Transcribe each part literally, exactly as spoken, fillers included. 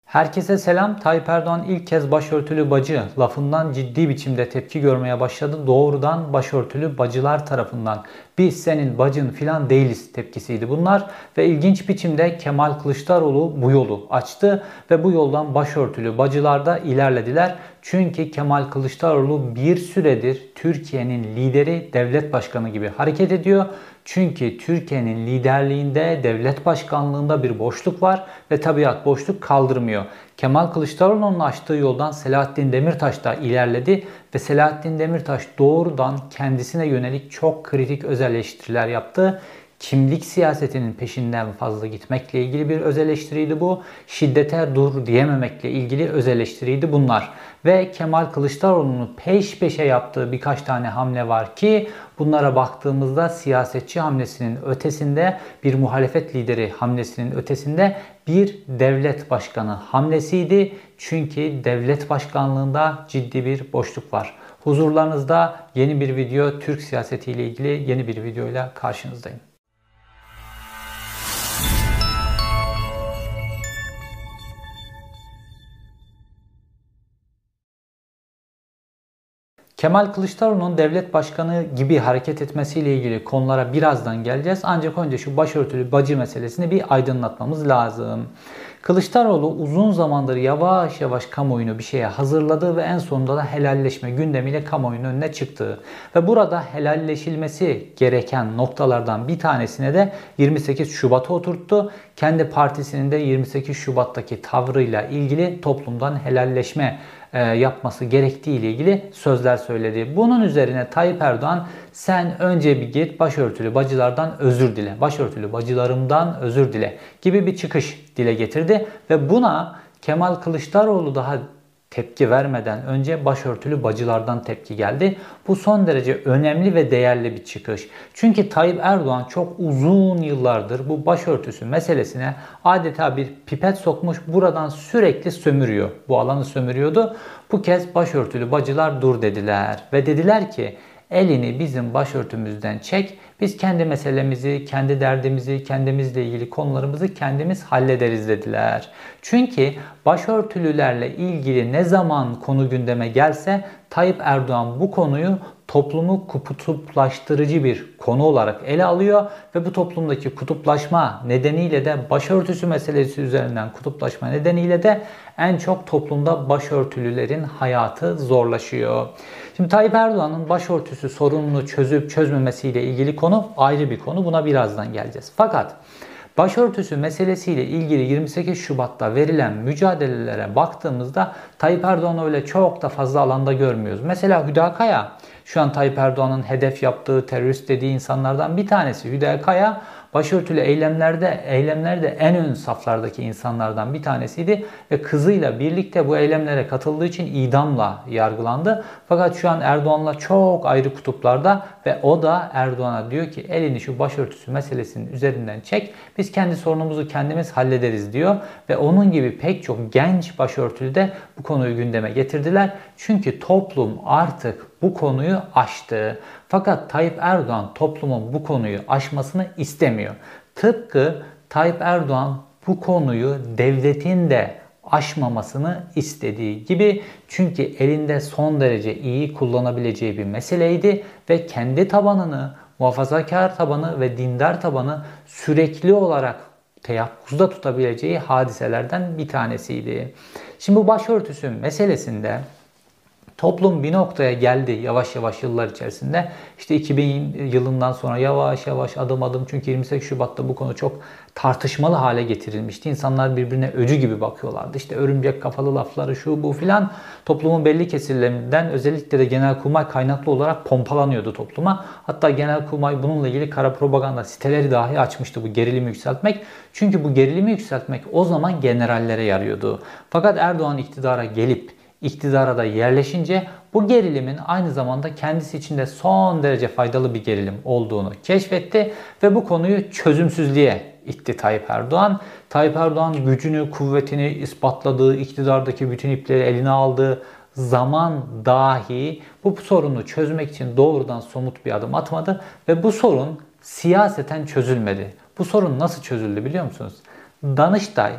Herkese selam. Tayyip Erdoğan ilk kez başörtülü bacı lafından ciddi biçimde tepki görmeye başladı. Doğrudan başörtülü bacılar tarafından. Biz senin bacın filan değiliz tepkisiydi bunlar. Ve ilginç biçimde Kemal Kılıçdaroğlu bu yolu açtı. Ve bu yoldan başörtülü bacılar da ilerlediler. Çünkü Kemal Kılıçdaroğlu bir süredir Türkiye'nin lideri, devlet başkanı gibi hareket ediyor. Çünkü Türkiye'nin liderliğinde, devlet başkanlığında bir boşluk var ve tabiat boşluk kaldırmıyor. Kemal Kılıçdaroğlu'nun açtığı yoldan Selahattin Demirtaş da ilerledi ve Selahattin Demirtaş doğrudan kendisine yönelik çok kritik öz eleştiriler yaptı. Kimlik siyasetinin peşinden fazla gitmekle ilgili bir öz eleştiriydi bu. Şiddete dur diyememekle ilgili öz eleştiriydi bunlar. Ve Kemal Kılıçdaroğlu'nun peş peşe yaptığı birkaç tane hamle var ki bunlara baktığımızda siyasetçi hamlesinin ötesinde, bir muhalefet lideri hamlesinin ötesinde bir devlet başkanı hamlesiydi. Çünkü devlet başkanlığında ciddi bir boşluk var. Huzurlarınızda yeni bir video, Türk siyaseti ile ilgili yeni bir videoyla karşınızdayım. Kemal Kılıçdaroğlu'nun devlet başkanı gibi hareket etmesiyle ilgili konulara birazdan geleceğiz. Ancak önce şu başörtülü bacı meselesini bir aydınlatmamız lazım. Kılıçdaroğlu uzun zamandır yavaş yavaş kamuoyunu bir şeye hazırladı ve en sonunda da helalleşme gündemiyle kamuoyunun önüne çıktı. Ve burada helalleşilmesi gereken noktalardan bir tanesine de yirmi sekiz Şubat'ı oturttu. Kendi partisinin de yirmi sekiz Şubat'taki tavrıyla ilgili toplumdan helalleşme yapması gerektiği ile ilgili sözler söyledi. Bunun üzerine Tayyip Erdoğan sen önce bir git başörtülü bacılardan özür dile, başörtülü bacılarımdan özür dile gibi bir çıkış dile getirdi ve buna Kemal Kılıçdaroğlu daha tepki vermeden önce başörtülü bacılardan tepki geldi. Bu son derece önemli ve değerli bir çıkış. Çünkü Tayyip Erdoğan çok uzun yıllardır bu başörtüsü meselesine adeta bir pipet sokmuş, buradan sürekli sömürüyor. Bu alanı sömürüyordu. Bu kez başörtülü bacılar dur dediler ve dediler ki elini bizim başörtümüzden çek. Biz kendi meselemizi, kendi derdimizi, kendimizle ilgili konularımızı kendimiz hallederiz dediler. Çünkü başörtülülerle ilgili ne zaman konu gündeme gelse Tayyip Erdoğan bu konuyu toplumu kutuplaştırıcı bir konu olarak ele alıyor ve bu toplumdaki kutuplaşma nedeniyle de başörtüsü meselesi üzerinden kutuplaşma nedeniyle de en çok toplumda başörtülülerin hayatı zorlaşıyor. Şimdi Tayyip Erdoğan'ın başörtüsü sorununu çözüp çözmemesiyle ilgili konu ayrı bir konu. Buna birazdan geleceğiz. Fakat başörtüsü meselesiyle ilgili yirmi sekiz Şubat'ta verilen mücadelelere baktığımızda Tayyip Erdoğan'ı öyle çok da fazla alanda görmüyoruz. Mesela Hüdakaya, şu an Tayyip Erdoğan'ın hedef yaptığı, terörist dediği insanlardan bir tanesi. Hüdakaya başörtülü eylemlerde eylemlerde en ön saflardaki insanlardan bir tanesiydi ve kızıyla birlikte bu eylemlere katıldığı için idamla yargılandı. Fakat şu an Erdoğan'la çok ayrı kutuplarda ve o da Erdoğan'a diyor ki elini şu başörtüsü meselesinin üzerinden çek. Biz kendi sorunumuzu kendimiz hallederiz diyor ve onun gibi pek çok genç başörtülü de bu konuyu gündeme getirdiler. Çünkü toplum artık bu konuyu aştı. Fakat Tayyip Erdoğan toplumun bu konuyu aşmasını istemiyor. Tıpkı Tayyip Erdoğan bu konuyu devletin de aşmamasını istediği gibi, çünkü elinde son derece iyi kullanabileceği bir meseleydi ve kendi tabanını, muhafazakar tabanı ve dindar tabanı sürekli olarak teyakkuzda tutabileceği hadiselerden bir tanesiydi. Şimdi bu başörtüsü meselesinde toplum bir noktaya geldi yavaş yavaş yıllar içerisinde. İşte iki bin yılından sonra yavaş yavaş adım adım, çünkü yirmi sekiz Şubat'ta bu konu çok tartışmalı hale getirilmişti. İnsanlar birbirine öcü gibi bakıyorlardı. İşte örümcek kafalı lafları şu bu filan toplumun belli kesimlerinden, özellikle de Genelkurmay kaynaklı olarak pompalanıyordu topluma. Hatta Genelkurmay bununla ilgili kara propaganda siteleri dahi açmıştı bu gerilimi yükseltmek. Çünkü bu gerilimi yükseltmek o zaman generallere yarıyordu. Fakat Erdoğan iktidara gelip iktidara da yerleşince bu gerilimin aynı zamanda kendisi için de son derece faydalı bir gerilim olduğunu keşfetti ve bu konuyu çözümsüzlüğe itti Tayyip Erdoğan. Tayyip Erdoğan gücünü, kuvvetini ispatladığı, iktidardaki bütün ipleri eline aldığı zaman dahi bu sorunu çözmek için doğrudan somut bir adım atmadı ve bu sorun siyaseten çözülmedi. Bu sorun nasıl çözüldü biliyor musunuz? Danıştay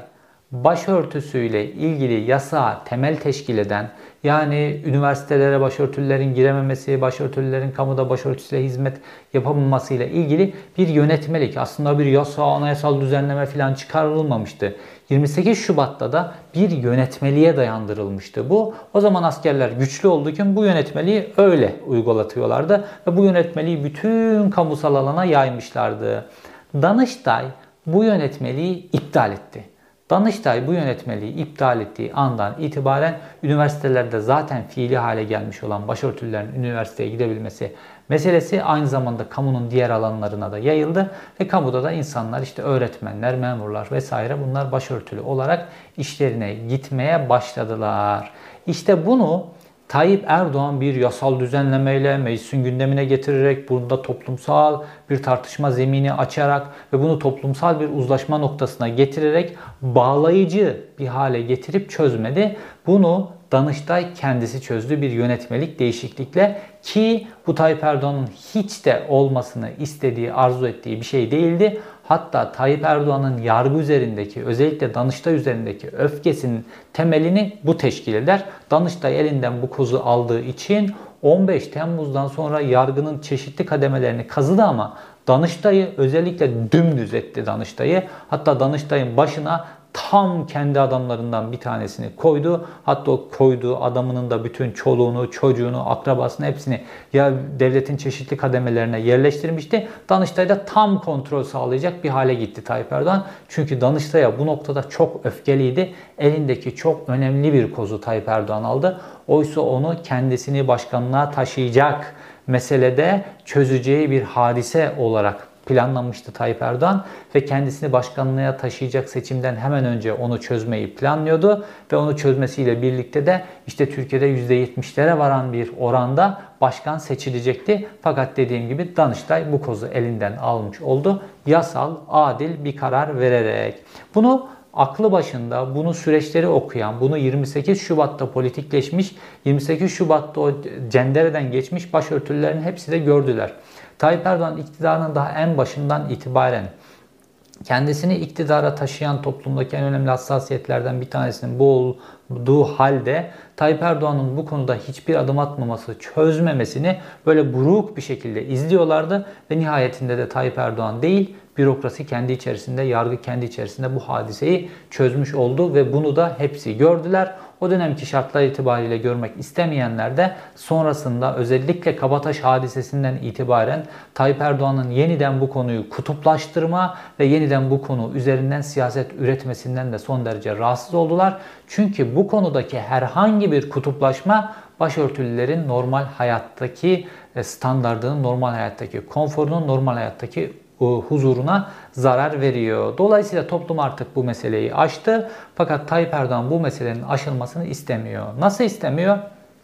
başörtüsüyle ilgili yasağı temel teşkil eden, yani üniversitelere başörtülerin girememesi, başörtülerin kamuda başörtüsüyle hizmet yapamamasıyla ilgili bir yönetmelik, aslında bir yasa, anayasal düzenleme falan çıkarılmamıştı. yirmi sekiz Şubat'ta da bir yönetmeliğe dayandırılmıştı bu. O zaman askerler güçlü olduğu için bu yönetmeliği öyle uygulatıyorlardı ve bu yönetmeliği bütün kamusal alana yaymışlardı. Danıştay bu yönetmeliği iptal etti. Danıştay bu yönetmeliği iptal ettiği andan itibaren üniversitelerde zaten fiili hale gelmiş olan başörtülerin üniversiteye gidebilmesi meselesi aynı zamanda kamunun diğer alanlarına da yayıldı ve kamuda da insanlar, işte öğretmenler, memurlar vesaire, bunlar başörtülü olarak işlerine gitmeye başladılar. İşte bunu Tayyip Erdoğan bir yasal düzenlemeyle meclisin gündemine getirerek, bunda toplumsal bir tartışma zemini açarak ve bunu toplumsal bir uzlaşma noktasına getirerek bağlayıcı bir hale getirip çözmedi. Bunu Danıştay kendisi çözdü bir yönetmelik değişiklikle, ki bu Tayyip Erdoğan'ın hiç de olmasını istediği, arzu ettiği bir şey değildi. Hatta Tayyip Erdoğan'ın yargı üzerindeki, özellikle Danıştay üzerindeki öfkesinin temelini bu teşkil eder. Danıştay elinden bu kozu aldığı için on beş Temmuz'dan sonra yargının çeşitli kademelerini kazıdı ama Danıştay'ı özellikle dümdüz etti Danıştay'ı. Hatta Danıştay'ın başına tam kendi adamlarından bir tanesini koydu. Hatta o koyduğu adamının da bütün çoluğunu, çocuğunu, akrabasını, hepsini ya devletin çeşitli kademelerine yerleştirmişti. Danıştay'da tam kontrol sağlayacak bir hale gitti Tayyip Erdoğan. Çünkü Danıştay'a bu noktada çok öfkeliydi. Elindeki çok önemli bir kozu Tayyip Erdoğan aldı. Oysa onu kendisini başkanlığa taşıyacak meselede çözeceği bir hadise olarak planlanmıştı Tayyip Erdoğan ve kendisini başkanlığa taşıyacak seçimden hemen önce onu çözmeyi planlıyordu ve onu çözmesiyle birlikte de işte Türkiye'de yüzde yetmişlere varan bir oranda başkan seçilecekti. Fakat dediğim gibi Danıştay bu kozu elinden almış oldu. Yasal, adil bir karar vererek. Bunu aklı başında, bunu süreçleri okuyan, bunu yirmi sekiz Şubat'ta politikleşmiş, yirmi sekiz Şubat'ta o cendereden geçmiş başörtülerin hepsi de gördüler. Tayyip Erdoğan iktidarının daha en başından itibaren kendisini iktidara taşıyan toplumdaki en önemli hassasiyetlerden bir tanesinin bu olduğu halde Tayyip Erdoğan'ın bu konuda hiçbir adım atmaması, çözmemesini böyle buruk bir şekilde izliyorlardı ve nihayetinde de Tayyip Erdoğan değil, bürokrasi kendi içerisinde, yargı kendi içerisinde bu hadiseyi çözmüş oldu ve bunu da hepsi gördüler. O dönemki şartlar itibariyle görmek istemeyenler de sonrasında özellikle Kabataş hadisesinden itibaren Tayyip Erdoğan'ın yeniden bu konuyu kutuplaştırma ve yeniden bu konu üzerinden siyaset üretmesinden de son derece rahatsız oldular. Çünkü bu konudaki herhangi bir kutuplaşma başörtülülerin normal hayattaki standardının, normal hayattaki konforunun, normal hayattaki huzuruna zarar veriyor. Dolayısıyla toplum artık bu meseleyi aştı. Fakat Tayyip Erdoğan bu meselenin aşılmasını istemiyor. Nasıl istemiyor?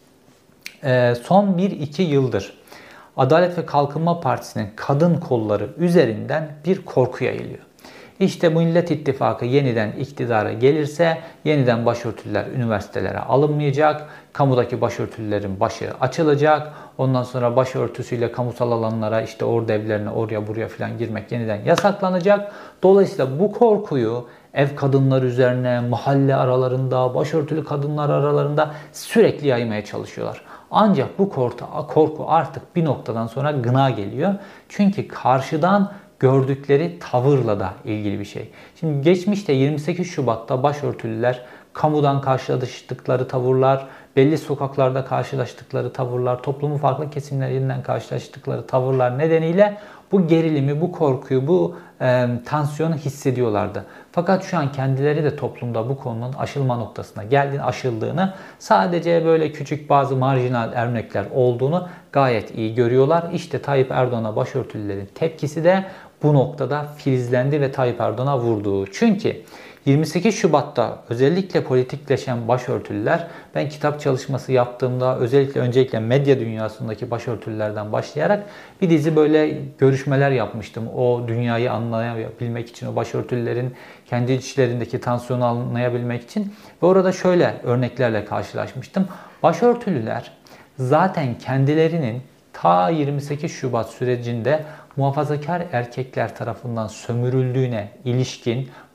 Ee, son bir iki yıldır Adalet ve Kalkınma Partisi'nin kadın kolları üzerinden bir korku yayılıyor. İşte Millet İttifakı yeniden iktidara gelirse yeniden başörtüler üniversitelere alınmayacak, kamudaki başörtülerin başı açılacak, ondan sonra başörtüsüyle kamusal alanlara, işte ordu evlerine, oraya buraya falan girmek yeniden yasaklanacak. Dolayısıyla bu korkuyu ev kadınları üzerine, mahalle aralarında, başörtülü kadınlar aralarında sürekli yaymaya çalışıyorlar. Ancak bu korku artık bir noktadan sonra gına geliyor. Çünkü karşıdan gördükleri tavırla da ilgili bir şey. Şimdi geçmişte yirmi sekiz Şubat'ta başörtülüler kamudan karşılaştıkları tavırlar, belli sokaklarda karşılaştıkları tavırlar, toplumun farklı kesimlerinden karşılaştıkları tavırlar nedeniyle bu gerilimi, bu korkuyu, bu e, tansiyonu hissediyorlardı. Fakat şu an kendileri de toplumda bu konunun aşılma noktasına geldiğini, aşıldığını, sadece böyle küçük bazı marjinal örnekler olduğunu gayet iyi görüyorlar. İşte Tayyip Erdoğan'a başörtülülerin tepkisi de bu noktada filizlendi ve Tayyip Erdoğan'a vurdu. Çünkü yirmi sekiz Şubat'ta özellikle politikleşen başörtülüler, ben kitap çalışması yaptığımda özellikle öncelikle medya dünyasındaki başörtülülerden başlayarak bir dizi böyle görüşmeler yapmıştım. O dünyayı anlayabilmek için, o başörtülülerin kendi içlerindeki tansiyonu anlayabilmek için. Ve orada şöyle örneklerle karşılaşmıştım. Başörtülüler zaten kendilerinin ta yirmi sekiz Şubat sürecinde muhafazakar erkekler tarafından sömürüldüğüne ilişkin,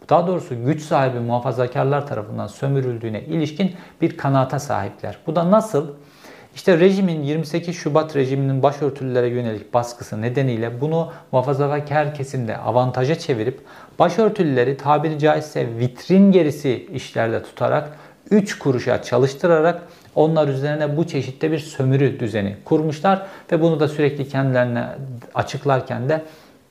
daha doğrusu güç sahibi muhafazakarlar tarafından sömürüldüğüne ilişkin bir kanaata sahipler. Bu da nasıl? İşte rejimin yirmi sekiz Şubat rejiminin başörtülülere yönelik baskısı nedeniyle bunu muhafazakar kesimde avantaja çevirip başörtülüleri tabiri caizse vitrin gerisi işlerde tutarak üç kuruşa çalıştırarak onlar üzerine bu çeşitte bir sömürü düzeni kurmuşlar ve bunu da sürekli kendilerine açıklarken de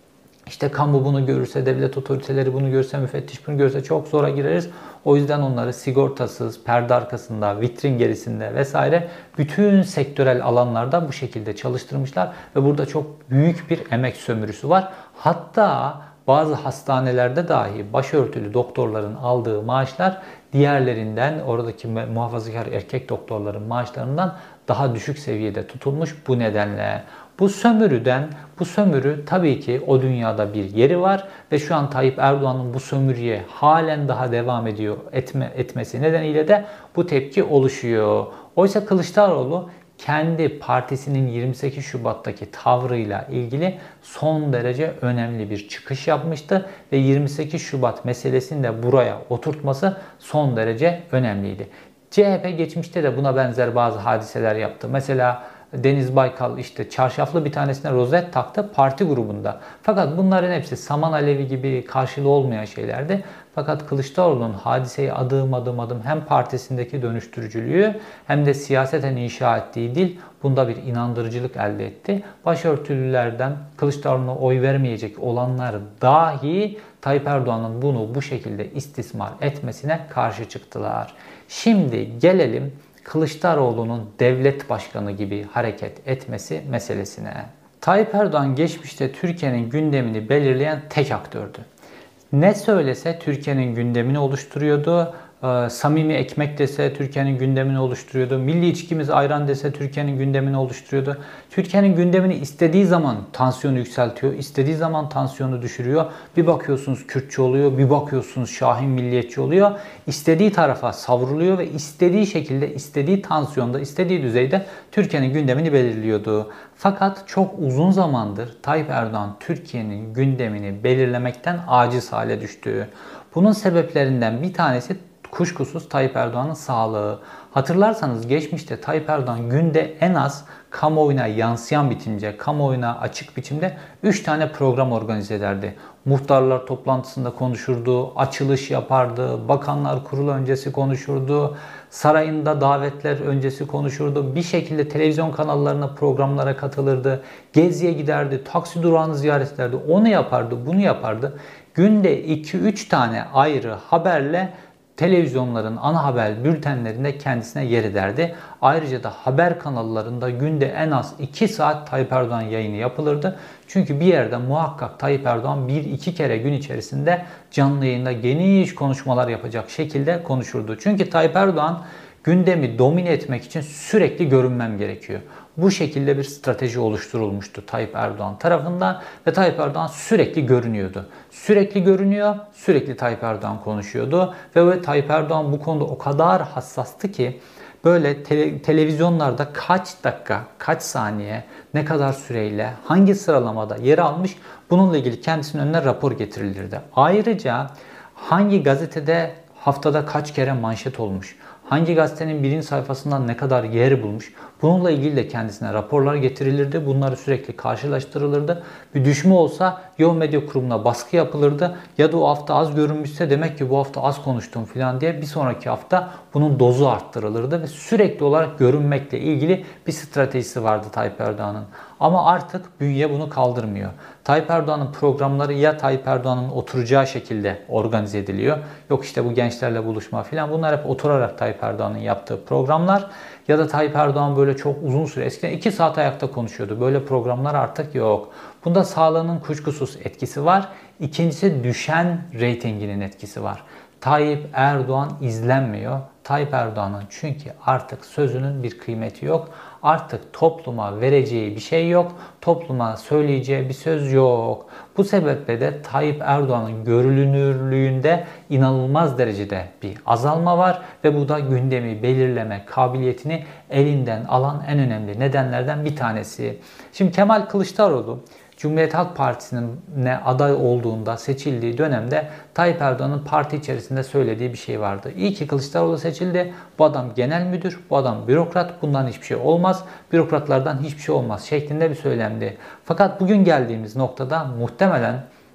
İşte kamu bunu görürse, devlet otoriteleri bunu görürse, müfettiş bunu görürse çok zora gireriz. O yüzden onları sigortasız, perde arkasında, vitrin gerisinde vesaire bütün sektörel alanlarda bu şekilde çalıştırmışlar. Ve burada çok büyük bir emek sömürüsü var. Hatta bazı hastanelerde dahi başörtülü doktorların aldığı maaşlar diğerlerinden, oradaki muhafazakar erkek doktorların maaşlarından daha düşük seviyede tutulmuş bu nedenle. Bu sömürüden, bu sömürü tabii ki o dünyada bir yeri var ve şu an Tayyip Erdoğan'ın bu sömürüye halen daha devam ediyor etme, etmesi nedeniyle de bu tepki oluşuyor. Oysa Kılıçdaroğlu kendi partisinin yirmi sekiz Şubat'taki tavrıyla ilgili son derece önemli bir çıkış yapmıştı ve yirmi sekiz Şubat meselesini de buraya oturtması son derece önemliydi. C H P geçmişte de buna benzer bazı hadiseler yaptı. Mesela Deniz Baykal işte çarşaflı bir tanesine rozet taktı parti grubunda. Fakat bunların hepsi saman alevi gibi karşılığı olmayan şeylerdi. Fakat Kılıçdaroğlu'nun hadiseyi adım adım adım hem partisindeki dönüştürücülüğü hem de siyaseten inşa ettiği dil bunda bir inandırıcılık elde etti. Başörtülülerden Kılıçdaroğlu'na oy vermeyecek olanlar dahi Tayyip Erdoğan'ın bunu bu şekilde istismar etmesine karşı çıktılar. Şimdi gelelim Kılıçdaroğlu'nun devlet başkanı gibi hareket etmesi meselesine. Tayyip Erdoğan geçmişte Türkiye'nin gündemini belirleyen tek aktördü. Ne söylese Türkiye'nin gündemini oluşturuyordu. Ee, samimi ekmek dese Türkiye'nin gündemini oluşturuyordu. Milli içkimiz ayran dese Türkiye'nin gündemini oluşturuyordu. Türkiye'nin gündemini istediği zaman tansiyonu yükseltiyor, istediği zaman tansiyonu düşürüyor. Bir bakıyorsunuz Kürtçü oluyor, bir bakıyorsunuz Şahin milliyetçi oluyor. İstediği tarafa savruluyor ve istediği şekilde, istediği tansiyonda, istediği düzeyde Türkiye'nin gündemini belirliyordu. Fakat çok uzun zamandır Tayyip Erdoğan Türkiye'nin gündemini belirlemekten aciz hale düştü. Bunun sebeplerinden bir tanesi kuşkusuz Tayyip Erdoğan'ın sağlığı. Hatırlarsanız geçmişte Tayyip Erdoğan günde en az kamuoyuna yansıyan biçimde, kamuoyuna açık biçimde üç tane program organize ederdi. Muhtarlar toplantısında konuşurdu, açılış yapardı, bakanlar kurulu öncesi konuşurdu, sarayında davetler öncesi konuşurdu. Bir şekilde televizyon kanallarına, programlara katılırdı, geziye giderdi, taksi durağını ziyaret ederdi. Onu yapardı, bunu yapardı. Günde iki üç tane ayrı haberle televizyonların ana haber bültenlerinde kendisine yer ederdi. Ayrıca da haber kanallarında günde en az iki saat Tayyip Erdoğan yayını yapılırdı. Çünkü bir yerde muhakkak Tayyip Erdoğan bir iki kere gün içerisinde canlı yayında geniş konuşmalar yapacak şekilde konuşurdu. Çünkü Tayyip Erdoğan gündemi domine etmek için sürekli görünmem gerekiyor. Bu şekilde bir strateji oluşturulmuştu Tayyip Erdoğan tarafından ve Tayyip Erdoğan sürekli görünüyordu. Sürekli görünüyor, sürekli Tayyip Erdoğan konuşuyordu ve Tayyip Erdoğan bu konuda o kadar hassastı ki böyle tele, televizyonlarda kaç dakika, kaç saniye, ne kadar süreyle, hangi sıralamada yer almış bununla ilgili kendisinin önüne rapor getirilirdi. Ayrıca hangi gazetede haftada kaç kere manşet olmuş, hangi gazetenin birinci sayfasından ne kadar yer bulmuş, bununla ilgili de kendisine raporlar getirilirdi. Bunları sürekli karşılaştırılırdı. Bir düşme olsa Yol Medya Kurumu'na baskı yapılırdı. Ya da o hafta az görünmüşse demek ki bu hafta az konuştum falan diye bir sonraki hafta bunun dozu arttırılırdı. Ve sürekli olarak görünmekle ilgili bir stratejisi vardı Tayyip Erdoğan'ın. Ama artık bünye bunu kaldırmıyor. Tayyip Erdoğan'ın programları ya Tayyip Erdoğan'ın oturacağı şekilde organize ediliyor. Yok işte bu gençlerle buluşma falan. Bunlar hep oturarak Tayyip Erdoğan'ın yaptığı programlar. Ya da Tayyip Erdoğan böyle çok uzun süre, eskiden iki saat ayakta konuşuyordu. Böyle programlar artık yok. Bunda sağlığının kuşkusuz etkisi var. İkincisi düşen reytinginin etkisi var. Tayyip Erdoğan izlenmiyor. Tayyip Erdoğan'ın çünkü artık sözünün bir kıymeti yok. Artık topluma vereceği bir şey yok. Topluma söyleyeceği bir söz yok. Bu sebeple de Tayyip Erdoğan'ın görünürlüğünde inanılmaz derecede bir azalma var ve bu da gündemi belirleme kabiliyetini elinden alan en önemli nedenlerden bir tanesi. Şimdi Kemal Kılıçdaroğlu Cumhuriyet Halk Partisi'nin ne aday olduğunda, seçildiği dönemde Tayyip Erdoğan'ın parti içerisinde söylediği bir şey vardı. İyi ki Kılıçdaroğlu seçildi. Bu adam genel müdür, bu adam bürokrat, bundan hiçbir şey olmaz. Bürokratlardan hiçbir şey olmaz şeklinde bir söylemdi. Fakat bugün geldiğimiz noktada muhtemelen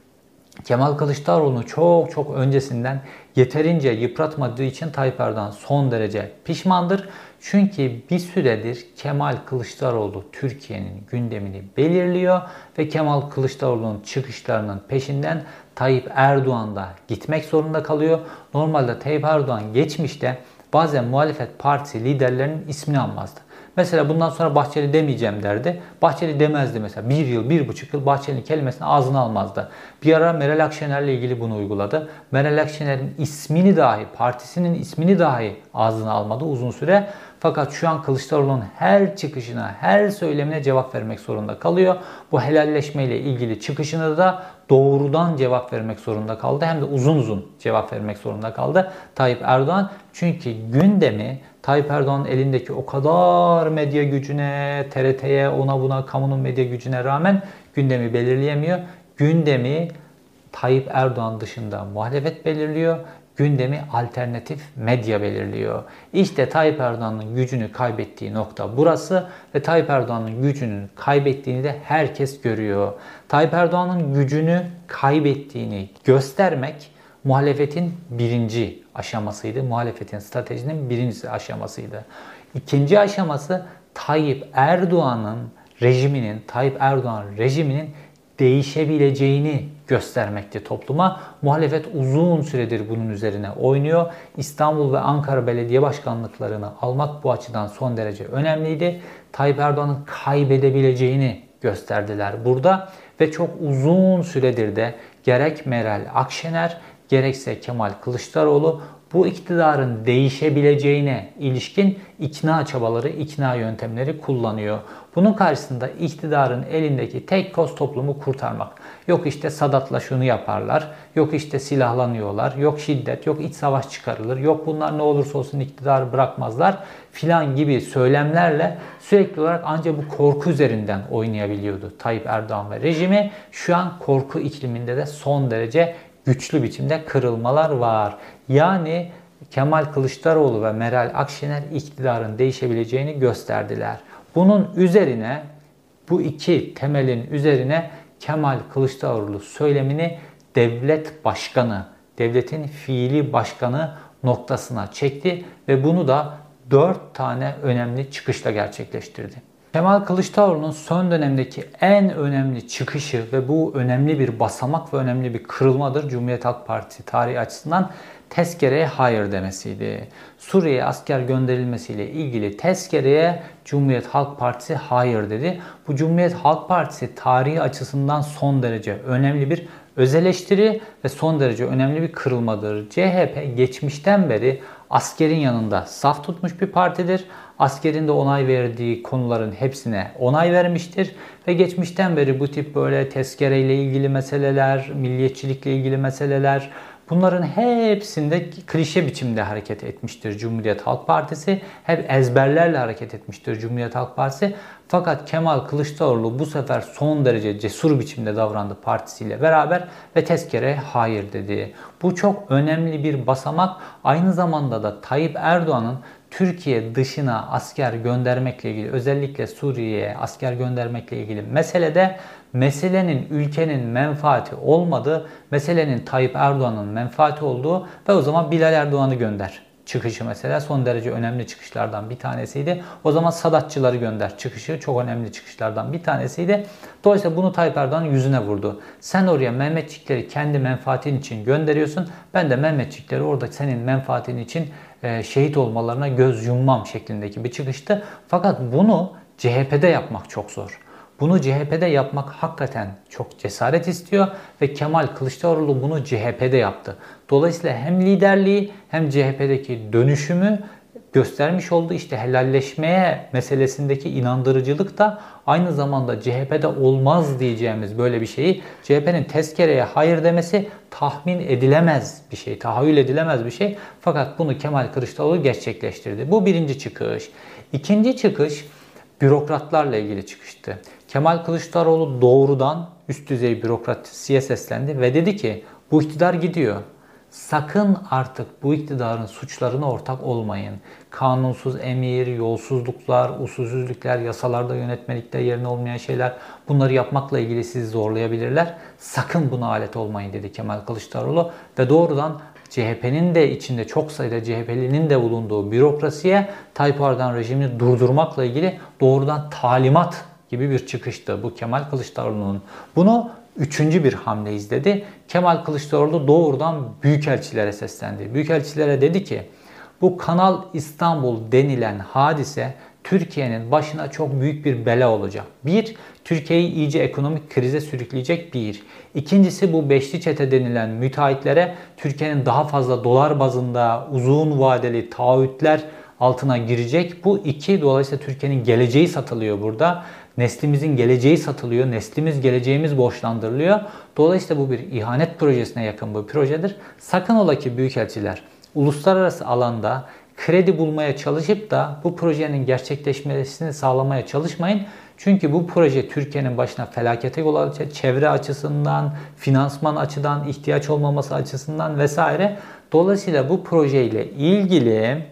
Kemal Kılıçdaroğlu'nu çok çok öncesinden yeterince yıpratmadığı için Tayyip Erdoğan son derece pişmandır. Çünkü bir süredir Kemal Kılıçdaroğlu Türkiye'nin gündemini belirliyor ve Kemal Kılıçdaroğlu'nun çıkışlarının peşinden Tayyip Erdoğan da gitmek zorunda kalıyor. Normalde Tayyip Erdoğan geçmişte bazen muhalefet partisi liderlerinin ismini almazdı. Mesela bundan sonra Bahçeli demeyeceğim derdi. Bahçeli demezdi mesela. Bir yıl, bir buçuk yıl Bahçeli'nin kelimesini ağzına almazdı. Bir ara Meral Akşener'le ilgili bunu uyguladı. Meral Akşener'in ismini dahi, partisinin ismini dahi ağzına almadı uzun süre. Fakat şu an Kılıçdaroğlu'nun her çıkışına, her söylemine cevap vermek zorunda kalıyor. Bu helalleşmeyle ilgili çıkışını da doğrudan cevap vermek zorunda kaldı. Hem de uzun uzun cevap vermek zorunda kaldı Tayyip Erdoğan. Çünkü gündemi Tayyip Erdoğan'ın elindeki o kadar medya gücüne, T R T'ye, ona buna, kamunun medya gücüne rağmen gündemi belirleyemiyor. Gündemi Tayyip Erdoğan dışında muhalefet belirliyor. Gündemi alternatif medya belirliyor. İşte Tayyip Erdoğan'ın gücünü kaybettiği nokta burası ve Tayyip Erdoğan'ın gücünü kaybettiğini de herkes görüyor. Tayyip Erdoğan'ın gücünü kaybettiğini göstermek muhalefetin birinci aşamasıydı. Muhalefetin stratejinin birinci aşamasıydı. İkinci aşaması Tayyip Erdoğan'ın rejiminin, Tayyip Erdoğan rejiminin değişebileceğini göstermekti topluma. Muhalefet uzun süredir bunun üzerine oynuyor. İstanbul ve Ankara belediye başkanlıklarını almak bu açıdan son derece önemliydi. Tayyip Erdoğan'ın kaybedebileceğini gösterdiler burada ve çok uzun süredir de gerek Meral Akşener gerekse Kemal Kılıçdaroğlu bu iktidarın değişebileceğine ilişkin ikna çabaları, ikna yöntemleri kullanıyor. Bunun karşısında iktidarın elindeki tek koz toplumu kurtarmak. Yok işte Sadat'la şunu yaparlar, yok işte silahlanıyorlar, yok şiddet, yok iç savaş çıkarılır, yok bunlar ne olursa olsun iktidarı bırakmazlar filan gibi söylemlerle sürekli olarak ancak bu korku üzerinden oynayabiliyordu Tayyip Erdoğan ve rejimi. Şu an korku ikliminde de son derece güçlü biçimde kırılmalar var. Yani Kemal Kılıçdaroğlu ve Meral Akşener iktidarın değişebileceğini gösterdiler. Bunun üzerine, bu iki temelin üzerine Kemal Kılıçdaroğlu söylemini devlet başkanı, devletin fiili başkanı noktasına çekti ve bunu da dört tane önemli çıkışla gerçekleştirdi. Kemal Kılıçdaroğlu'nun son dönemdeki en önemli çıkışı ve bu önemli bir basamak ve önemli bir kırılmadır Cumhuriyet Halk Partisi tarihi açısından tezkereye hayır demesiydi. Suriye'ye asker gönderilmesiyle ilgili tezkereye Cumhuriyet Halk Partisi hayır dedi. Bu Cumhuriyet Halk Partisi tarihi açısından son derece önemli bir öz eleştiri ve son derece önemli bir kırılmadır. C H P geçmişten beri askerin yanında saf tutmuş bir partidir. Askerin de onay verdiği konuların hepsine onay vermiştir. Ve geçmişten beri bu tip böyle tezkereyle ilgili meseleler, milliyetçilikle ilgili meseleler, bunların hepsinde klişe biçimde hareket etmiştir Cumhuriyet Halk Partisi. Hep ezberlerle hareket etmiştir Cumhuriyet Halk Partisi. Fakat Kemal Kılıçdaroğlu bu sefer son derece cesur biçimde davrandı partisiyle beraber ve tezkereye hayır dedi. Bu çok önemli bir basamak. Aynı zamanda da Tayyip Erdoğan'ın Türkiye dışına asker göndermekle ilgili, özellikle Suriye'ye asker göndermekle ilgili meselede meselenin ülkenin menfaati olmadığı, meselenin Tayyip Erdoğan'ın menfaati olduğu ve o zaman Bilal Erdoğan'ı gönder çıkışı mesela son derece önemli çıkışlardan bir tanesiydi. O zaman Sadatçıları gönder çıkışı çok önemli çıkışlardan bir tanesiydi. Dolayısıyla bunu Tayyip Erdoğan'ın yüzüne vurdu. Sen oraya Mehmetçikleri kendi menfaatin için gönderiyorsun. Ben de Mehmetçikleri orada senin menfaatin için şehit olmalarına göz yummam şeklindeki bir çıkıştı. Fakat bunu C H P'de yapmak çok zor. Bunu C H P'de yapmak hakikaten çok cesaret istiyor ve Kemal Kılıçdaroğlu bunu C H P'de yaptı. Dolayısıyla hem liderliği hem C H P'deki dönüşümü göstermiş oldu. İşte helalleşmeye meselesindeki inandırıcılık da aynı zamanda C H P'de olmaz diyeceğimiz böyle bir şeyi C H P'nin tezkereye hayır demesi tahmin edilemez bir şey, tahayyül edilemez bir şey. Fakat bunu Kemal Kılıçdaroğlu gerçekleştirdi. Bu birinci çıkış. İkinci çıkış bürokratlarla ilgili çıkıştı. Kemal Kılıçdaroğlu doğrudan üst düzey bürokrasiye seslendi ve dedi ki bu iktidar gidiyor. Sakın artık bu iktidarın suçlarına ortak olmayın. Kanunsuz emir, yolsuzluklar, usulsüzlükler, yasalarda, yönetmelikte yerine olmayan şeyler, bunları yapmakla ilgili sizi zorlayabilirler. Sakın buna alet olmayın dedi Kemal Kılıçdaroğlu ve doğrudan C H P'nin de içinde çok sayıda C H P'linin de bulunduğu bürokrasiye Tayyip Erdoğan rejimini durdurmakla ilgili doğrudan talimat gibi bir çıkıştı bu Kemal Kılıçdaroğlu'nun. Bunu üçüncü bir hamle izledi. Kemal Kılıçdaroğlu doğrudan büyükelçilere seslendi. Büyükelçilere dedi ki bu Kanal İstanbul denilen hadise Türkiye'nin başına çok büyük bir bela olacak. Bir, Türkiye'yi iyice ekonomik krize sürükleyecek bir. İkincisi bu beşli çete denilen müteahhitlere Türkiye'nin daha fazla dolar bazında uzun vadeli taahhütler altına girecek. Bu iki, dolayısıyla Türkiye'nin geleceği satılıyor burada. Neslimizin geleceği satılıyor. Neslimiz, geleceğimiz borçlandırılıyor. Dolayısıyla bu bir ihanet projesine yakın bir projedir. Sakın ola ki büyükelçiler uluslararası alanda kredi bulmaya çalışıp da bu projenin gerçekleşmesini sağlamaya çalışmayın. Çünkü bu proje Türkiye'nin başına felakete yol açacak. Çevre açısından, finansman açıdan, ihtiyaç olmaması açısından vesaire. Dolayısıyla bu projeyle ilgili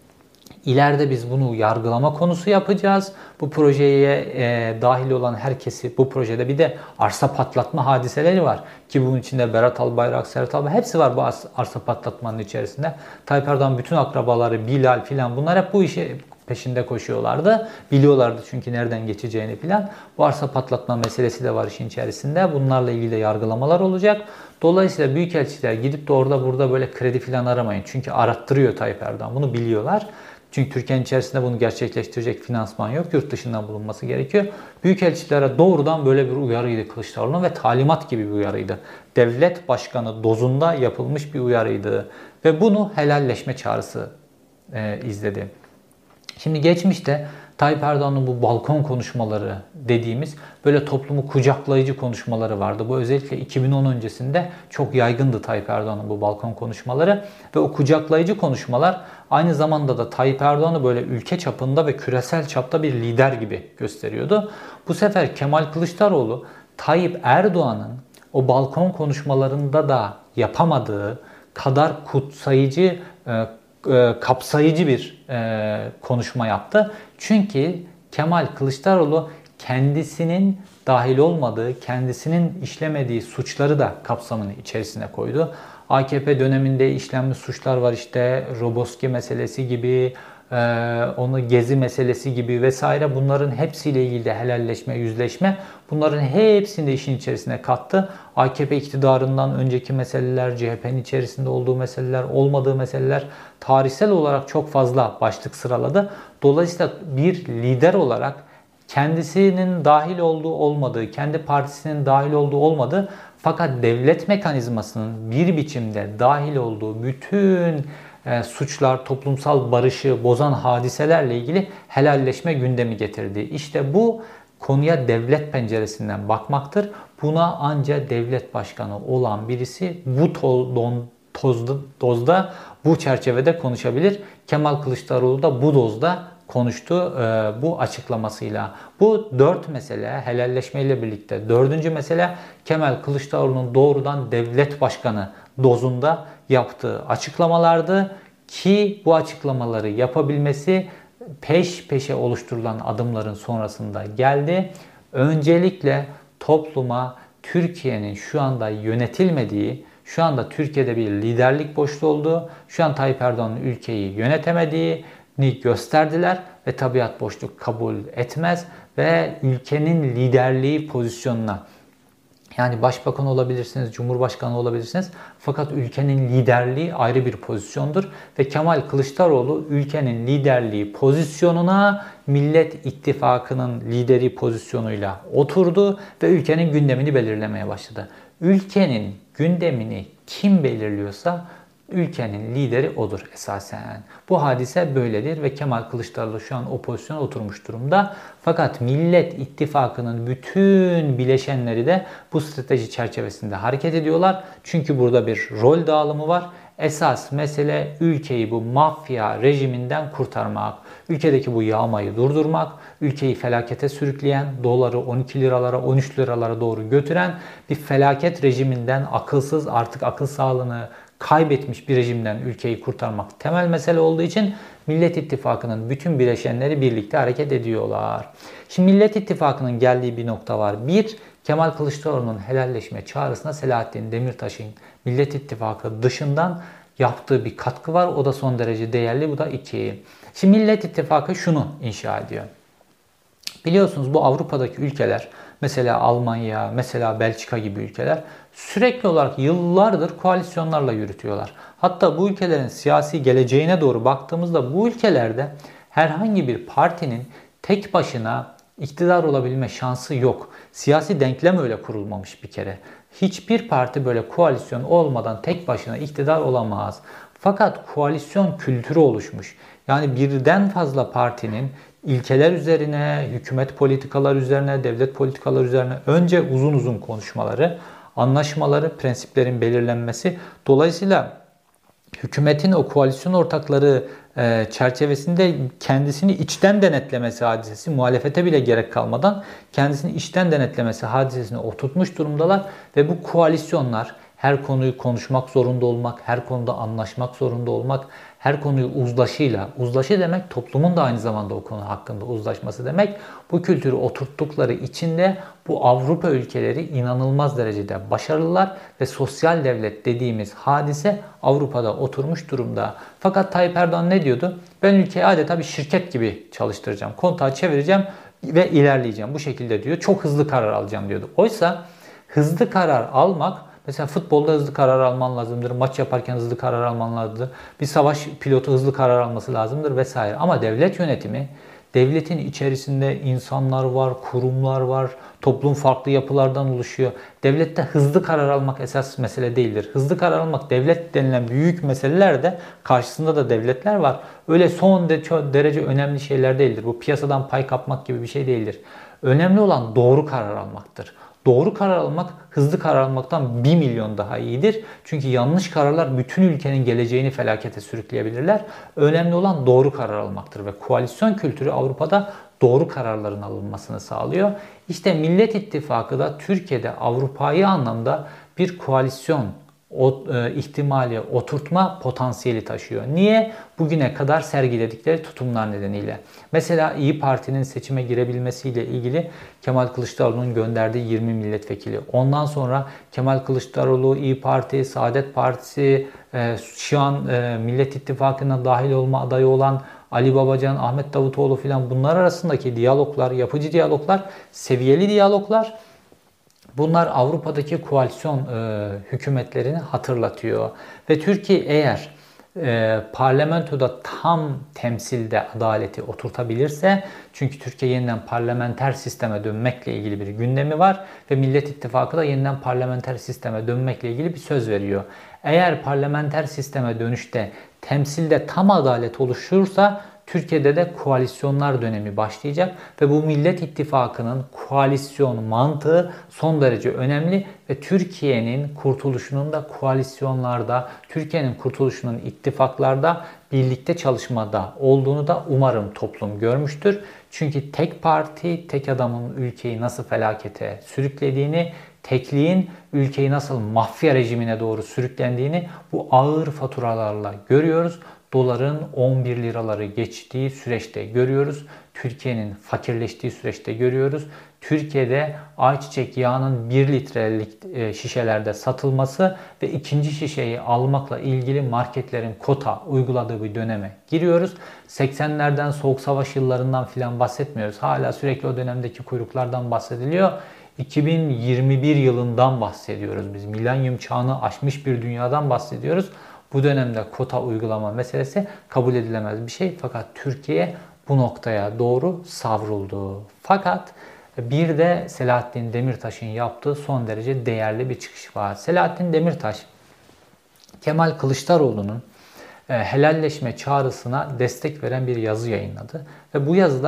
İleride biz bunu yargılama konusu yapacağız. Bu projeye e, dahil olan herkesi, bu projede bir de arsa patlatma hadiseleri var. Ki bunun içinde Berat Albayrak, Serhat Albayrak hepsi var bu arsa patlatmanın içerisinde. Tayyip Erdoğan bütün akrabaları, Bilal filan bunlar hep bu işi peşinde koşuyorlardı. Biliyorlardı çünkü nereden geçeceğini filan. Bu arsa patlatma meselesi de var işin içerisinde. Bunlarla ilgili de yargılamalar olacak. Dolayısıyla büyükelçiler gidip de orada burada böyle kredi filan aramayın. Çünkü arattırıyor Tayyip Erdoğan. Bunu biliyorlar. Çünkü Türkiye'nin içerisinde bunu gerçekleştirecek finansman yok. Yurt dışından bulunması gerekiyor. Büyükelçilere doğrudan böyle bir uyarıydı Kılıçdaroğlu'nun ve talimat gibi bir uyarıydı. Devlet başkanı dozunda yapılmış bir uyarıydı. Ve bunu helalleşme çağrısı e, izledi. Şimdi geçmişte Tayyip Erdoğan'ın bu balkon konuşmaları dediğimiz böyle toplumu kucaklayıcı konuşmaları vardı. Bu özellikle iki bin on öncesinde çok yaygındı Tayyip Erdoğan'ın bu balkon konuşmaları. Ve o kucaklayıcı konuşmalar aynı zamanda da Tayyip Erdoğan'ı böyle ülke çapında ve küresel çapta bir lider gibi gösteriyordu. Bu sefer Kemal Kılıçdaroğlu Tayyip Erdoğan'ın o balkon konuşmalarında da yapamadığı kadar kutsayıcı, kapsayıcı bir konuşma yaptı. Çünkü Kemal Kılıçdaroğlu kendisinin dahil olmadığı, kendisinin işlemediği suçları da kapsamının içerisine koydu. A K P döneminde işlenmiş suçlar var işte Roboski meselesi gibi, onu Gezi meselesi gibi vesaire, bunların hepsiyle ilgili de helalleşme, yüzleşme, bunların hepsini de işin içerisine kattı. A K P iktidarından önceki meseleler, C H P'nin içerisinde olduğu meseleler, olmadığı meseleler, tarihsel olarak çok fazla başlık sıraladı. Dolayısıyla bir lider olarak kendisinin dahil olduğu olmadığı, kendi partisinin dahil olduğu olmadığı fakat devlet mekanizmasının bir biçimde dahil olduğu bütün e, suçlar, toplumsal barışı bozan hadiselerle ilgili helalleşme gündemi getirdi. İşte bu konuya devlet penceresinden bakmaktır. Buna ancak devlet başkanı olan birisi bu to don, tozda, dozda, bu çerçevede konuşabilir. Kemal Kılıçdaroğlu da bu dozda konuştu e, bu açıklamasıyla. Bu dört mesele helalleşmeyle birlikte dördüncü mesele Kemal Kılıçdaroğlu'nun doğrudan devlet başkanı dozunda yaptığı açıklamalardı ki bu açıklamaları yapabilmesi peş peşe oluşturulan adımların sonrasında geldi. Öncelikle topluma Türkiye'nin şu anda yönetilmediği, şu anda Türkiye'de bir liderlik boşluğu olduğu, şu an Tayyip Erdoğan'ın ülkeyi yönetemediği ni gösterdiler ve tabiat boşluk kabul etmez ve ülkenin liderliği pozisyonuna, yani başbakan olabilirsiniz, cumhurbaşkanı olabilirsiniz fakat ülkenin liderliği ayrı bir pozisyondur ve Kemal Kılıçdaroğlu ülkenin liderliği pozisyonuna Millet İttifakı'nın lideri pozisyonuyla oturdu ve ülkenin gündemini belirlemeye başladı. Ülkenin gündemini kim belirliyorsa ülkenin lideri odur esasen. Bu hadise böyledir ve Kemal Kılıçdaroğlu şu an o pozisyona oturmuş durumda. Fakat Millet İttifakı'nın bütün bileşenleri de bu strateji çerçevesinde hareket ediyorlar. Çünkü burada bir rol dağılımı var. esas mesele ülkeyi bu mafya rejiminden kurtarmak. Ülkedeki bu yağmayı durdurmak, ülkeyi felakete sürükleyen, doları on iki liralara, on üç liralara doğru götüren bir felaket rejiminden, akılsız, artık akıl sağlığını kaybetmiş bir rejimden ülkeyi kurtarmak temel mesele olduğu için Millet İttifakı'nın bütün bileşenleri birlikte hareket ediyorlar. Şimdi Millet İttifakı'nın geldiği bir nokta var. Bir, Kemal Kılıçdaroğlu'nun helalleşme çağrısına Selahattin Demirtaş'ın Millet İttifakı dışından yaptığı bir katkı var. O da son derece değerli. Bu da iki. Şimdi Millet İttifakı şunu inşa ediyor. Biliyorsunuz bu Avrupa'daki ülkeler, mesela Almanya, mesela Belçika gibi ülkeler sürekli olarak yıllardır koalisyonlarla yürütüyorlar. Hatta bu ülkelerin siyasi geleceğine doğru baktığımızda bu ülkelerde herhangi bir partinin tek başına iktidar olabilme şansı yok. Siyasi denklem öyle kurulmamış bir kere. Hiçbir parti böyle koalisyon olmadan tek başına iktidar olamaz. Fakat koalisyon kültürü oluşmuş. Yani birden fazla partinin ilkeler üzerine, hükümet politikalar üzerine, devlet politikalar üzerine önce uzun uzun konuşmaları, anlaşmaları, prensiplerin belirlenmesi. Dolayısıyla hükümetin o koalisyon ortakları e, çerçevesinde kendisini içten denetlemesi hadisesi, muhalefete bile gerek kalmadan kendisini içten denetlemesi hadisesini oturtmuş durumdalar ve bu koalisyonlar her konuyu konuşmak zorunda olmak, her konuda anlaşmak zorunda olmak, her konuyu uzlaşıyla, uzlaşı demek toplumun da aynı zamanda o konu hakkında uzlaşması demek. Bu kültürü oturttukları için de bu Avrupa ülkeleri inanılmaz derecede başarılılar ve sosyal devlet dediğimiz hadise Avrupa'da oturmuş durumda. Fakat Tayyip Erdoğan ne diyordu? Ben ülkeyi adeta bir şirket gibi çalıştıracağım, kontağı çevireceğim ve ilerleyeceğim bu şekilde diyor. Çok hızlı karar alacağım diyordu. Oysa hızlı karar almak, mesela futbolda hızlı karar alman lazımdır. Maç yaparken hızlı karar alman lazımdır. Bir savaş pilotu hızlı karar alması lazımdır vesaire. Ama devlet yönetimi, devletin içerisinde insanlar var, kurumlar var, toplum farklı yapılardan oluşuyor. Devlette hızlı karar almak esas mesele değildir. Hızlı karar almak devlet denilen büyük meselelerde karşısında da devletler var. Öyle son derece önemli şeyler değildir. Bu piyasadan pay kapmak gibi bir şey değildir. Önemli olan doğru karar almaktır. Doğru karar almak hızlı karar almaktan bir milyon daha iyidir. Çünkü yanlış kararlar bütün ülkenin geleceğini felakete sürükleyebilirler. Önemli olan doğru karar almaktır ve koalisyon kültürü Avrupa'da doğru kararların alınmasını sağlıyor. İşte Millet İttifakı da Türkiye'de Avrupa'yı anlamda bir koalisyon o, e, ihtimali oturtma potansiyeli taşıyor. Niye? Bugüne kadar sergiledikleri tutumlar nedeniyle. Mesela İyi Parti'nin seçime girebilmesiyle ilgili Kemal Kılıçdaroğlu'nun gönderdiği yirmi milletvekili. Ondan sonra Kemal Kılıçdaroğlu, İyi Parti, Saadet Partisi, e, şu an e, Millet İttifakı'na dahil olma adayı olan Ali Babacan, Ahmet Davutoğlu filan, bunlar arasındaki diyaloglar, yapıcı diyaloglar, seviyeli diyaloglar. Bunlar Avrupa'daki koalisyon e, hükümetlerini hatırlatıyor. Ve Türkiye eğer e, parlamentoda tam temsilde adaleti oturtabilirse, çünkü Türkiye yeniden parlamenter sisteme dönmekle ilgili bir gündemi var ve Millet İttifakı da yeniden parlamenter sisteme dönmekle ilgili bir söz veriyor. Eğer parlamenter sisteme dönüşte temsilde tam adalet oluşursa Türkiye'de de koalisyonlar dönemi başlayacak ve bu Millet İttifakı'nın koalisyon mantığı son derece önemli ve Türkiye'nin kurtuluşunun da koalisyonlarda, Türkiye'nin kurtuluşunun ittifaklarda birlikte çalışmada olduğunu da umarım toplum görmüştür. Çünkü tek parti, tek adamın ülkeyi nasıl felakete sürüklediğini, tekliğin ülkeyi nasıl mafya rejimine doğru sürüklendiğini bu ağır faturalarla görüyoruz. Doların on bir liraları geçtiği süreçte görüyoruz. Türkiye'nin fakirleştiği süreçte görüyoruz. Türkiye'de ayçiçek yağının bir litrelik şişelerde satılması ve ikinci şişeyi almakla ilgili marketlerin kota uyguladığı bir döneme giriyoruz. seksenlerden, Soğuk Savaş yıllarından filan bahsetmiyoruz. Hala sürekli o dönemdeki kuyruklardan bahsediliyor. iki bin yirmi bir yılından bahsediyoruz biz. Milenyum çağını aşmış bir dünyadan bahsediyoruz. Bu dönemde kota uygulama meselesi kabul edilemez bir şey. Fakat Türkiye bu noktaya doğru savruldu. Fakat bir de Selahattin Demirtaş'ın yaptığı son derece değerli bir çıkış var. Selahattin Demirtaş, Kemal Kılıçdaroğlu'nun helalleşme çağrısına destek veren bir yazı yayınladı. Ve bu yazıda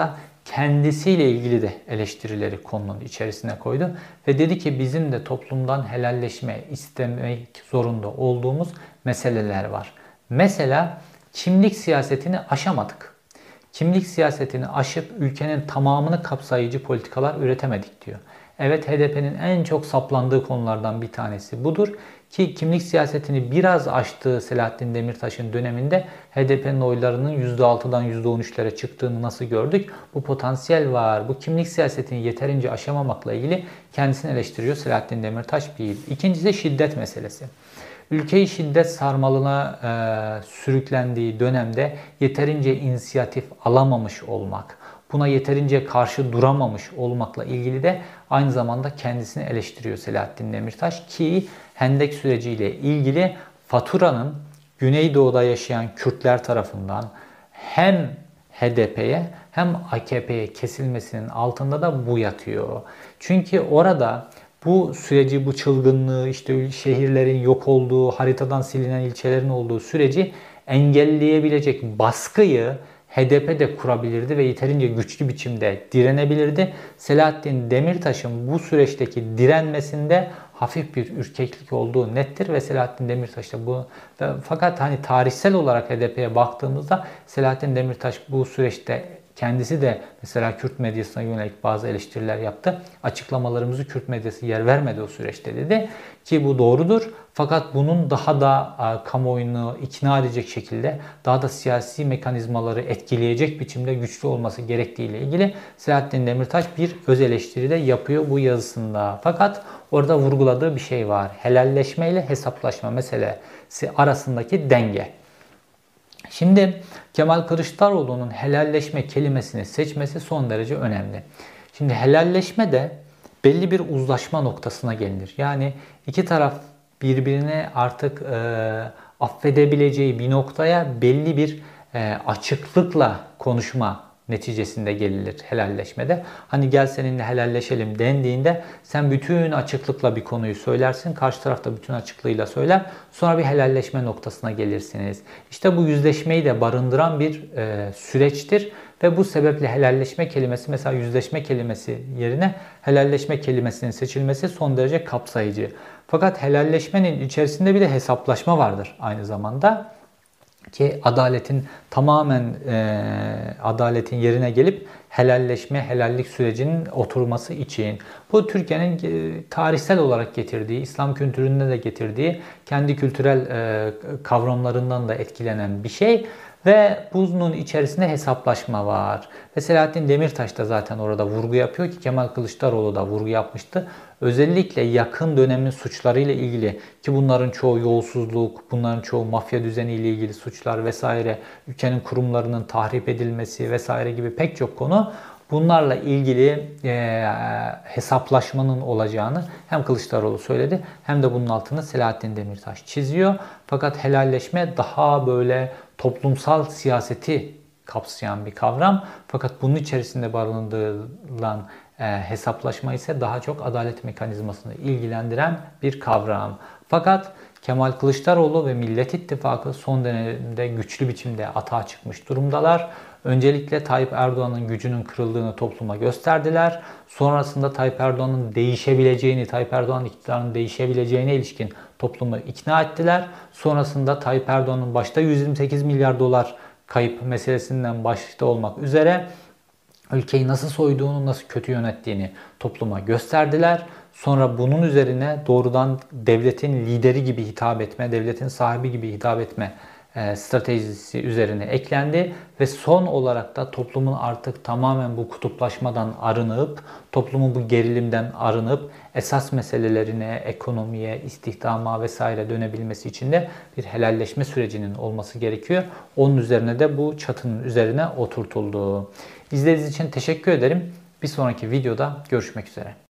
kendisiyle ilgili de eleştirileri konunun içerisine koydu. Ve dedi ki bizim de toplumdan helalleşme istemek zorunda olduğumuz meseleler var. Mesela kimlik siyasetini aşamadık. Kimlik siyasetini aşıp ülkenin tamamını kapsayıcı politikalar üretemedik diyor. Evet, H D P'nin en çok saplandığı konulardan bir tanesi budur. Ki kimlik siyasetini biraz aştığı Selahattin Demirtaş'ın döneminde H D P'nin oylarının yüzde altıdan yüzde on üçlere çıktığını nasıl gördük? Bu potansiyel var. Bu kimlik siyasetini yeterince aşamamakla ilgili kendisini eleştiriyor Selahattin Demirtaş bir. İkincisi şiddet meselesi. Ülkeyi şiddet sarmalına e, sürüklendiği dönemde yeterince inisiyatif alamamış olmak, buna yeterince karşı duramamış olmakla ilgili de aynı zamanda kendisini eleştiriyor Selahattin Demirtaş ki Hendek süreciyle ilgili faturanın Güneydoğu'da yaşayan Kürtler tarafından hem H D P'ye hem A K P'ye kesilmesinin altında da bu yatıyor. Çünkü orada bu süreci, bu çılgınlığı, işte şehirlerin yok olduğu, haritadan silinen ilçelerin olduğu süreci engelleyebilecek baskıyı H D P de kurabilirdi ve yeterince güçlü biçimde direnebilirdi. Selahattin Demirtaş'ın bu süreçteki direnmesinde hafif bir ürkeklik olduğu nettir ve Selahattin Demirtaş da bu fakat hani tarihsel olarak H D P'ye baktığımızda Selahattin Demirtaş bu süreçte kendisi de mesela Kürt medyasına yönelik bazı eleştiriler yaptı. Açıklamalarımızı Kürt medyası yer vermedi o süreçte dedi. Ki bu doğrudur. Fakat bunun daha da kamuoyunu ikna edecek şekilde, daha da siyasi mekanizmaları etkileyecek biçimde güçlü olması gerektiği ile ilgili Selahattin Demirtaş bir öz eleştiri de yapıyor bu yazısında. Fakat orada vurguladığı bir şey var. Helalleşme ile hesaplaşma meselesi arasındaki denge. Şimdi Kemal Kılıçdaroğlu'nun helalleşme kelimesini seçmesi son derece önemli. Şimdi helalleşme de belli bir uzlaşma noktasına gelinir. Yani iki taraf birbirine artık e, affedebileceği bir noktaya belli bir e, açıklıkla konuşma neticesinde gelinir helalleşmede. Hani gel seninle helalleşelim dendiğinde sen bütün açıklıkla bir konuyu söylersin. Karşı taraf da bütün açıklığıyla söyler. Sonra bir helalleşme noktasına gelirsiniz. İşte bu yüzleşmeyi de barındıran bir e, süreçtir. Ve bu sebeple helalleşme kelimesi mesela yüzleşme kelimesi yerine helalleşme kelimesinin seçilmesi son derece kapsayıcı. Fakat helalleşmenin içerisinde bir de hesaplaşma vardır aynı zamanda. Ki adaletin tamamen e, adaletin yerine gelip helalleşme, helallik sürecinin oturması için. Bu Türkiye'nin e, tarihsel olarak getirdiği, İslam kültüründe de getirdiği kendi kültürel e, kavramlarından da etkilenen bir şey. Ve bunun içerisinde hesaplaşma var. Ve Selahattin Demirtaş da zaten orada vurgu yapıyor ki Kemal Kılıçdaroğlu da vurgu yapmıştı. Özellikle yakın dönemin suçlarıyla ilgili ki bunların çoğu yolsuzluk, bunların çoğu mafya düzeniyle ilgili suçlar vesaire, ülkenin kurumlarının tahrip edilmesi vesaire gibi pek çok konu. Bunlarla ilgili e, hesaplaşmanın olacağını hem Kılıçdaroğlu söyledi hem de bunun altını Selahattin Demirtaş çiziyor. Fakat helalleşme daha böyle toplumsal siyaseti kapsayan bir kavram. Fakat bunun içerisinde barındırılan e, hesaplaşma ise daha çok adalet mekanizmasını ilgilendiren bir kavram. Fakat Kemal Kılıçdaroğlu ve Millet İttifakı son dönemde güçlü biçimde atağa çıkmış durumdalar. Öncelikle Tayyip Erdoğan'ın gücünün kırıldığını topluma gösterdiler. Sonrasında Tayyip Erdoğan'ın değişebileceğini, Tayyip Erdoğan'ın iktidarının değişebileceğine ilişkin toplumu ikna ettiler. Sonrasında Tayyip Erdoğan'ın başta yüz yirmi sekiz milyar dolar kayıp meselesinden başta olmak üzere ülkeyi nasıl soyduğunu, nasıl kötü yönettiğini topluma gösterdiler. Sonra bunun üzerine doğrudan devletin lideri gibi hitap etme, devletin sahibi gibi hitap etme stratejisi üzerine eklendi ve son olarak da toplumun artık tamamen bu kutuplaşmadan arınıp, toplumun bu gerilimden arınıp esas meselelerine, ekonomiye, istihdama vesaire dönebilmesi için de bir helalleşme sürecinin olması gerekiyor. Onun üzerine de bu çatının üzerine oturtuldu. İzlediğiniz için teşekkür ederim. Bir sonraki videoda görüşmek üzere.